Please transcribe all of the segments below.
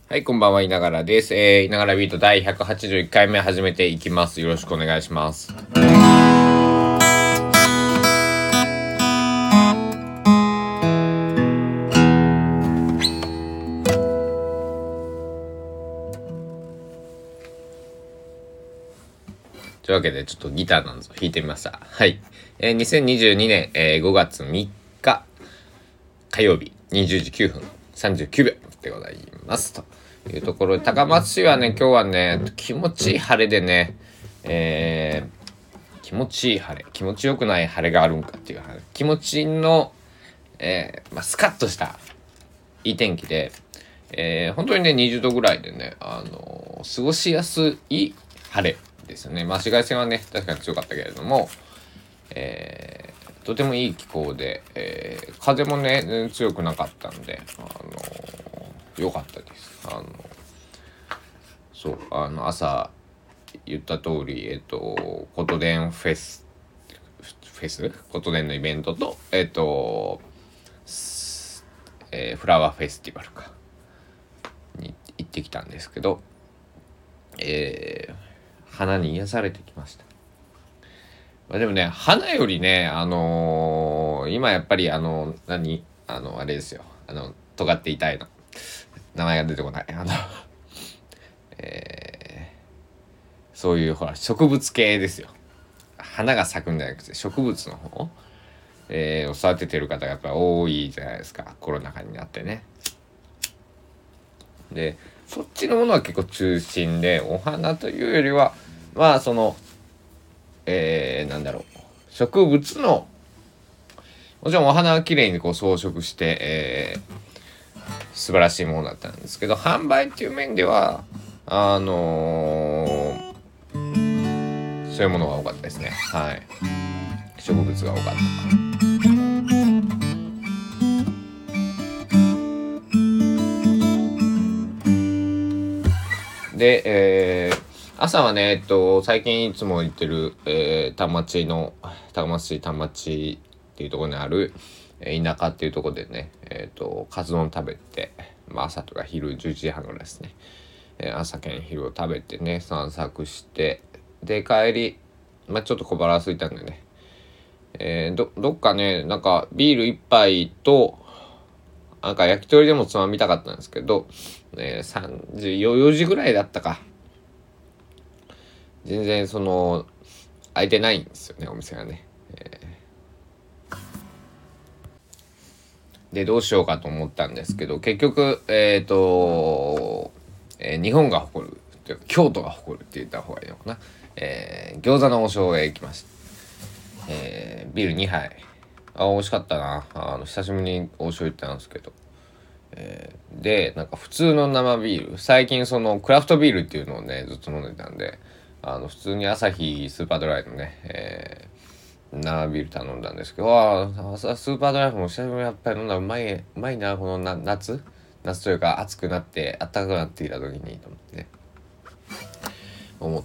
はい、こんばんは、いながらです。いながらビート第181回目始めていきます。よろしくお願いします。というわけで、ちょっとギターなんぞ弾いてみました。はい。2022年、5月3日火曜日20時9分39秒でございます。というところで、高松市はね、今日はね、気持ちいい晴れでね、気持ちいい晴れ、気持ちよくない晴れがあるんかっていう話、気持ちの、スカッとしたいい天気で、本当にね20度ぐらいでね、過ごしやすい晴れですよね。紫外線はね確かに強かったけれども、とてもいい気候で、風もね全然強くなかったんで、良かったです。そう朝言った通り琴電琴電のイベントとフラワーフェスティバルに行ってきたんですけど、花に癒されてきました。でもね、花よりね、今やっぱりあれですよ。尖っていたいの。名前が出てこない。そういうほら、植物系ですよ。花が咲くんじゃなくて、植物の方、を育ててる方がやっぱ多いじゃないですか。コロナ禍になってね。で、そっちのものは結構中心で、お花というよりは、植物の、もちろんお花は綺麗にこう装飾して、素晴らしいものだったんですけど、販売っていう面では、そういうものが多かったですね。はい。植物が多かった。で、朝はね、最近いつも行ってる、高松市田町っていうところにある、田舎っていうところでね、カツ丼食べて、朝とか昼11時半ぐらいですね。朝兼昼を食べてね、散策して、で、帰り、ちょっと小腹空いたんでね、どっかね、なんかビール一杯と、なんか焼き鳥でもつまみたかったんですけど、3時、4時ぐらいだったか。全然空いてないんですよね、お店がね。で、どうしようかと思ったんですけど、結局、日本が誇る、京都が誇るって言った方がいいのかな。餃子の王将へ行きました。ビール2杯。美味しかったな。久しぶりに王将行ったんですけど。で、なんか普通の生ビール、最近クラフトビールっていうのをね、ずっと飲んでたんで、普通にアサヒスーパードライのね、生ビール頼んだんですけど、スーパードライも久しぶりにやっぱり飲んだらうまいな、この夏というか暑くなって暖かくなっていた時にと思って、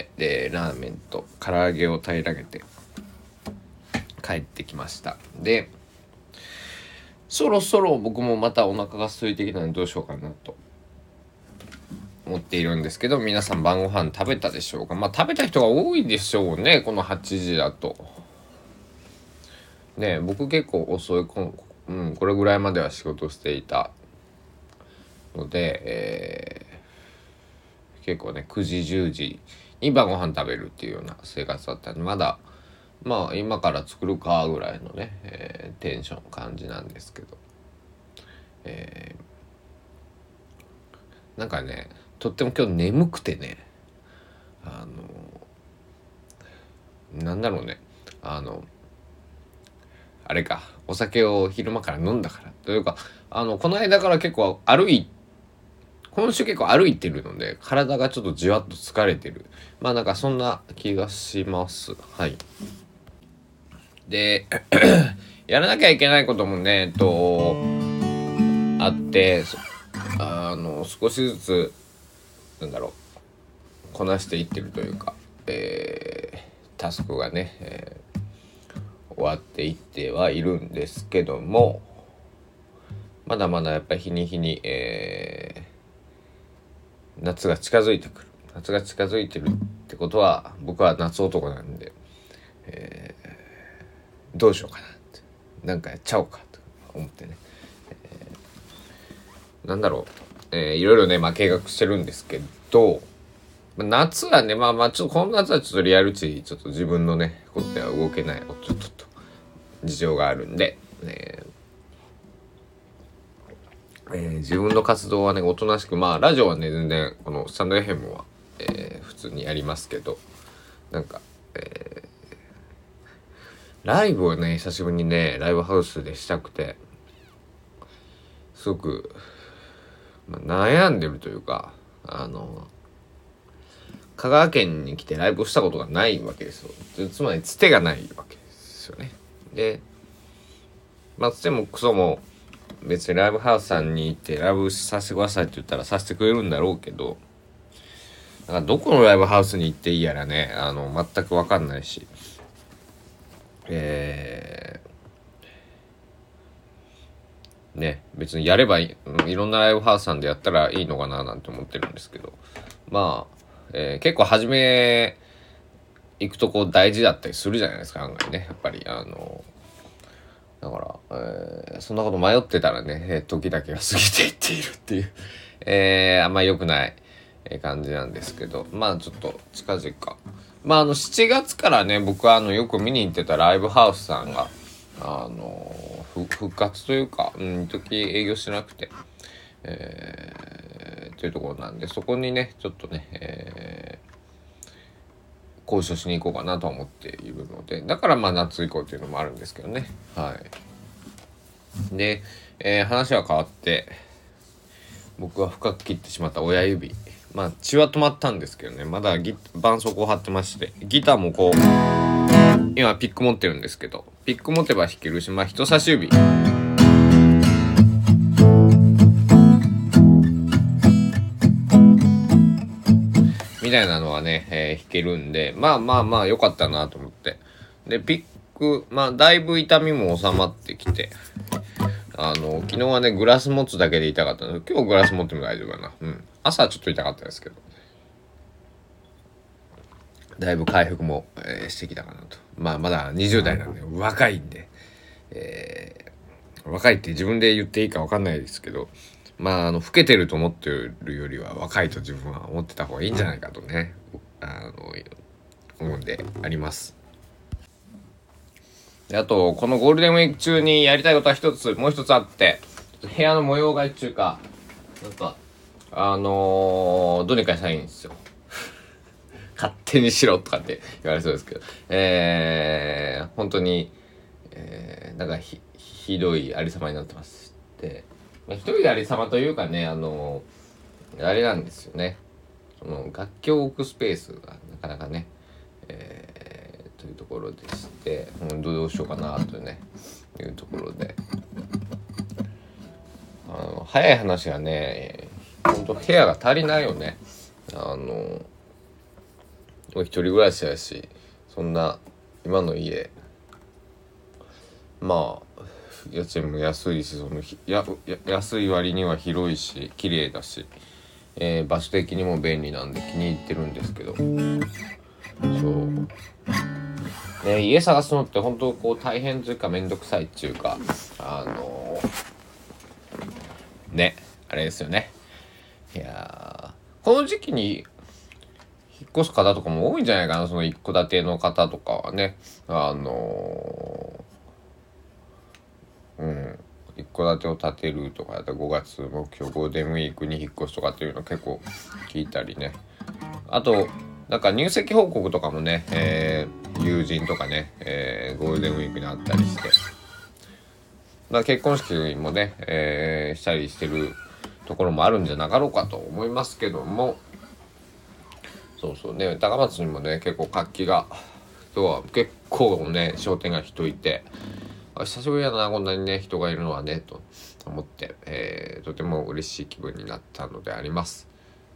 で、ラーメンと唐揚げを平らげて帰ってきました。で、そろそろ僕もまたお腹が空いてきたのでどうしようかなと思っているんですけど、皆さん晩ご飯食べたでしょうか。食べた人が多いでしょうね、この8時だと。ね、僕結構遅いこれぐらいまでは仕事していたので、結構ね9時10時に晩ご飯食べるっていうような生活だったんで、まだ今から作るかぐらいのね、テンション感じなんですけど、なんかねとっても今日眠くてね、なんだろうね、あれか、お酒を昼間から飲んだからというか、この間から結構今週結構歩いてるので体がちょっとじわっと疲れてる、なんかそんな気がします。はい。でやらなきゃいけないこともねあって、少しずつこなしていってるというか、タスクがね、終わっていってはいるんですけども、まだまだやっぱり日に日に、 夏が近づいてくる。夏が近づいてるってことは僕は夏男なんで、どうしようかなってなんかやっちゃおうかと思ってね、なんだろう、いろいろね計画してるんですけど、夏はねちょっとこの夏はちょっとリアル値ちょっと自分のねことでは動けないちょっと事情があるんで、自分の活動はねおとなしくラジオはね全然このスタンド FM は、普通にやりますけど、なんか、ライブをね久しぶりにねライブハウスでしたくてすごく、悩んでるというか香川県に来てライブをしたことがないわけですよ。つまりつてがないわけですよね。でつてもクソも別にライブハウスさんに行ってライブさせてくださいって言ったらさせてくれるんだろうけど、なんかどこのライブハウスに行っていいやらね全く分かんないし、ね別にやればいろんなライブハウスさんでやったらいいのかななんて思ってるんですけど、結構初め行くとこ大事だったりするじゃないですか、案外ね。やっぱりだから、そんなこと迷ってたらね時だけが過ぎていっているっていう、あんま良くない感じなんですけど、ちょっと近々7月からね僕はよく見に行ってたライブハウスさんが復活というか時営業してなくて、というところなんで、そこにねちょっとね、交渉しに行こうかなと思っているので、だから夏以降っていうのもあるんですけどね。で、話は変わって、僕は深く切ってしまった親指、血は止まったんですけどね、まだ絆創膏を貼ってまして、ギターもこう今ピック持ってるんですけど、ピック持てば弾けるし、人差し指みたいなのはね、弾けるんで、良かったなと思って。で、ピック、だいぶ痛みも収まってきて、昨日はね、グラス持つだけで痛かったので、今日グラス持っても大丈夫かな。朝はちょっと痛かったですけど。だいぶ回復も、してきたかなと。まだ20代なんで、若いんで、若いって自分で言っていいか分かんないですけど、老けてると思ってるよりは若いと自分は思ってた方がいいんじゃないかとね、思うんであります。で、あとこのゴールデンウィーク中にやりたいことはもう一つあって、部屋の模様替えっていうか、なんかどうにかしたいんですよ。勝手にしろとかって言われそうですけど、本当に、なんかひどいありさまになってまして、ひどいありさまというかね、あれなんですよね。その楽器を置くスペースがなかなかね、というところでして、どうしようかなとねいうところで、早い話がね、本当部屋が足りないよね。一人暮らしだし、そんな今の家家賃も安いし、安い割には広いし綺麗だし、場所的にも便利なんで気に入ってるんですけど、そう家探すのって本当こう大変というかめんどくさいっていうかあれですよね。いやこの時期に引っ越す方とかも多いんじゃないかな。その一戸建ての方とかはね、一戸建てを建てるとかだったら5月目標ゴールデンウィークに引っ越すとかっていうの結構聞いたりね。あとなんか入籍報告とかもね、友人とかね、ゴールデンウィークにあったりして、結婚式もね、したりしてるところもあるんじゃなかろうかと思いますけども、そうね、高松にもね結構活気が今日は結構ね商店街人いて、久しぶりだなこんなにね人がいるのはねと思って、とても嬉しい気分になったのであります。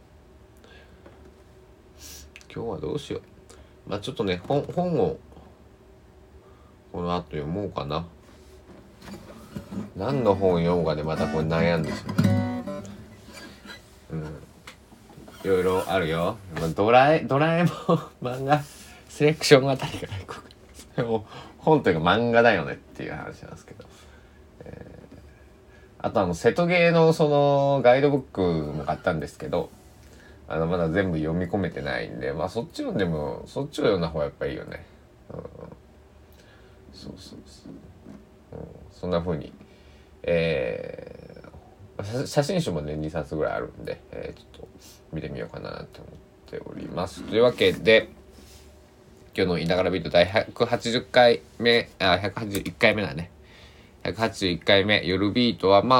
今日はどうしよう。ちょっとね本をこの後読もうかな。何の本を読むかでまたこれ悩んでしまう。 いろいろあるよ。ドラえもん漫画セレクションあたりがそれも本というか漫画だよねっていう話なんですけど、あと瀬戸芸のそのガイドブックも買ったんですけど、まだ全部読み込めてないんで、まあそっちを読んだ方がやっぱいいよね。そうそうそう、そんな風に、写真集もね2冊ぐらいあるんで、ちょっと見てみようかなと思っております。というわけで今日の「いながらビート」第180回目181回目だね。181回目夜ビートは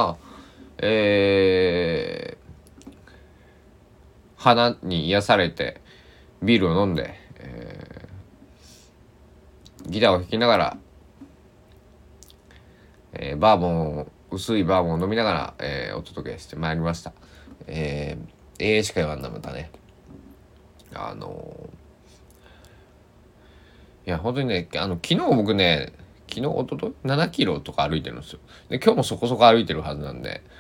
花に癒されてビールを飲んで、ギターを弾きながら、薄いバーボンを飲みながら、お届けしてまいりました。しか言わんなまたね。いや本当にね、昨日僕ね、一昨日7キロとか歩いてるんですよ。で今日もそこそこ歩いてるはずなんで、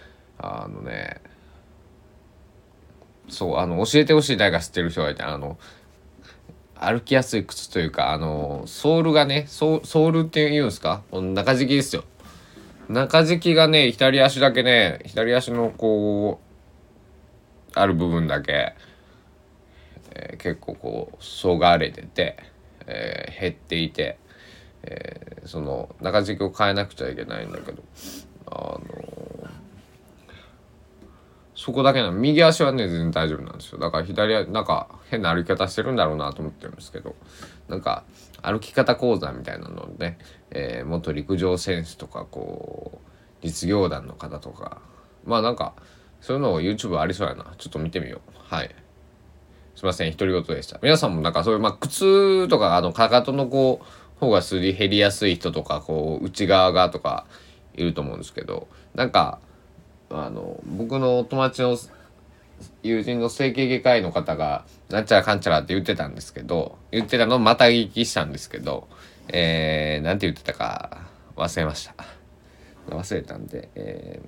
そう教えてほしい誰か知ってる人がいて、歩きやすい靴というかソールがねソールっていうんですか、中敷きですよ。中敷きがね左足のこうある部分だけ、結構こうそがれてて、減っていて、その中敷きを変えなくちゃいけないんだけど、そこだけ右足はね全然大丈夫なんですよ。だから左足なんか変な歩き方してるんだろうなと思ってるんですけど、なんか歩き方講座みたいなので、元陸上選手とかこう実業団の方とか、なんかそういうのを YouTube ありそうやな。ちょっと見てみよう。はい、すいません独り言でした。皆さんもなんかそういう靴とかかかとのこう方がすり減りやすい人とかこう内側がとかいると思うんですけど、なんか僕の友達の友人の整形外科医の方がなんちゃらかんちゃらって言ってたのをまた聞きしたんですけど、なんて言ってたか忘れれたんで、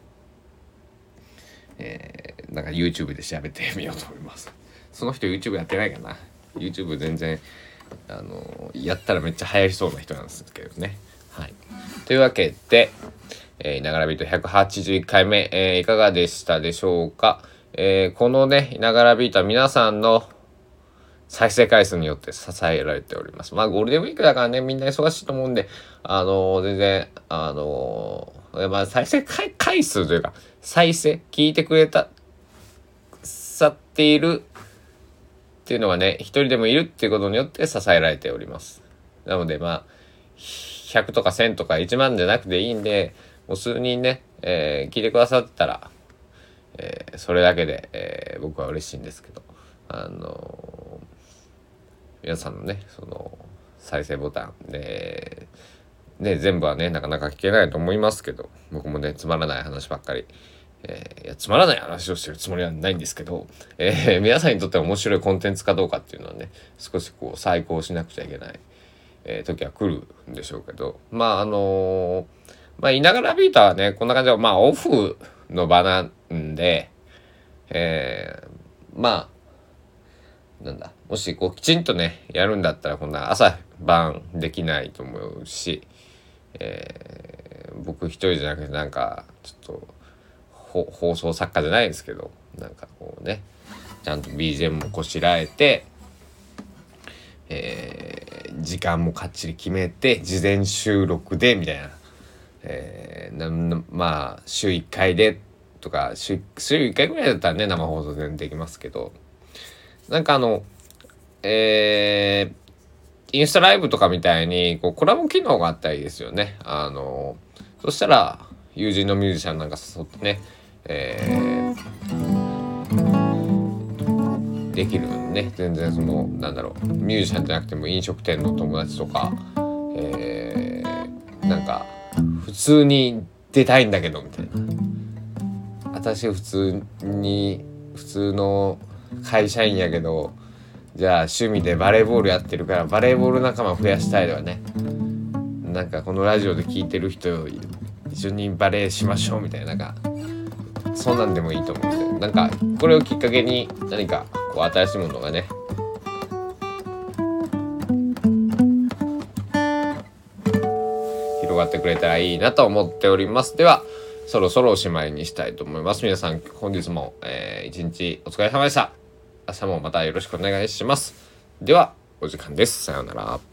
なんか YouTube で調べてみようと思います。その人 YouTube やってないかな。 YouTube 全然やったらめっちゃ流行りそうな人なんですけどね。はい、というわけでながらビート181回目、いかがでしたでしょうか。このねながらビートは皆さんの再生回数によって支えられております。ゴールデンウィークだからねみんな忙しいと思うんで、全然再生回数というか聞いてくれたさっているっていうのがね一人でもいるっていうことによって支えられております。なので100とか1000とか1万じゃなくていいんで、もう数人ね、聞いてくださったら、それだけで、僕は嬉しいんですけど、皆さんのねその再生ボタンで、全部はねなかなか聞けないと思いますけど、僕もねつまらない話ばっかり、いやつまらない話をしてるつもりはないんですけど、皆さんにとって面白いコンテンツかどうかっていうのはね少しこう再考しなくちゃいけない、時は来るんでしょうけど、いながらビーターはねこんな感じでオフの場なんで、なんだもしこうきちんとねやるんだったらこんな朝晩できないと思うし、僕一人じゃなくてなんかちょっと放送作家じゃないですけど、なんかこうねちゃんと BGM もこしらえて、時間もかっちり決めて事前収録でみたいな、週1回でとか週1回ぐらいだったらね生放送全然できますけど、なんかインスタライブとかみたいにこうコラボ機能があったらいいですよね。そしたら友人のミュージシャンなんか誘ってね、できるね。全然そのミュージシャンじゃなくても飲食店の友達とか、なんか普通に出たいんだけどみたいな、私普通の会社員やけどじゃあ趣味でバレーボールやってるからバレーボール仲間増やしたいとかね、なんかこのラジオで聞いてる人一緒にバレーしましょうみたいな、なんかそんなんでもいいと思うんですよ。なんかこれをきっかけに何かこう新しいものがね広がってくれたらいいなと思っております。ではそろそろおしまいにしたいと思います。皆さん本日も、一日お疲れ様でした。明日もまたよろしくお願いします。ではお時間です。さようなら。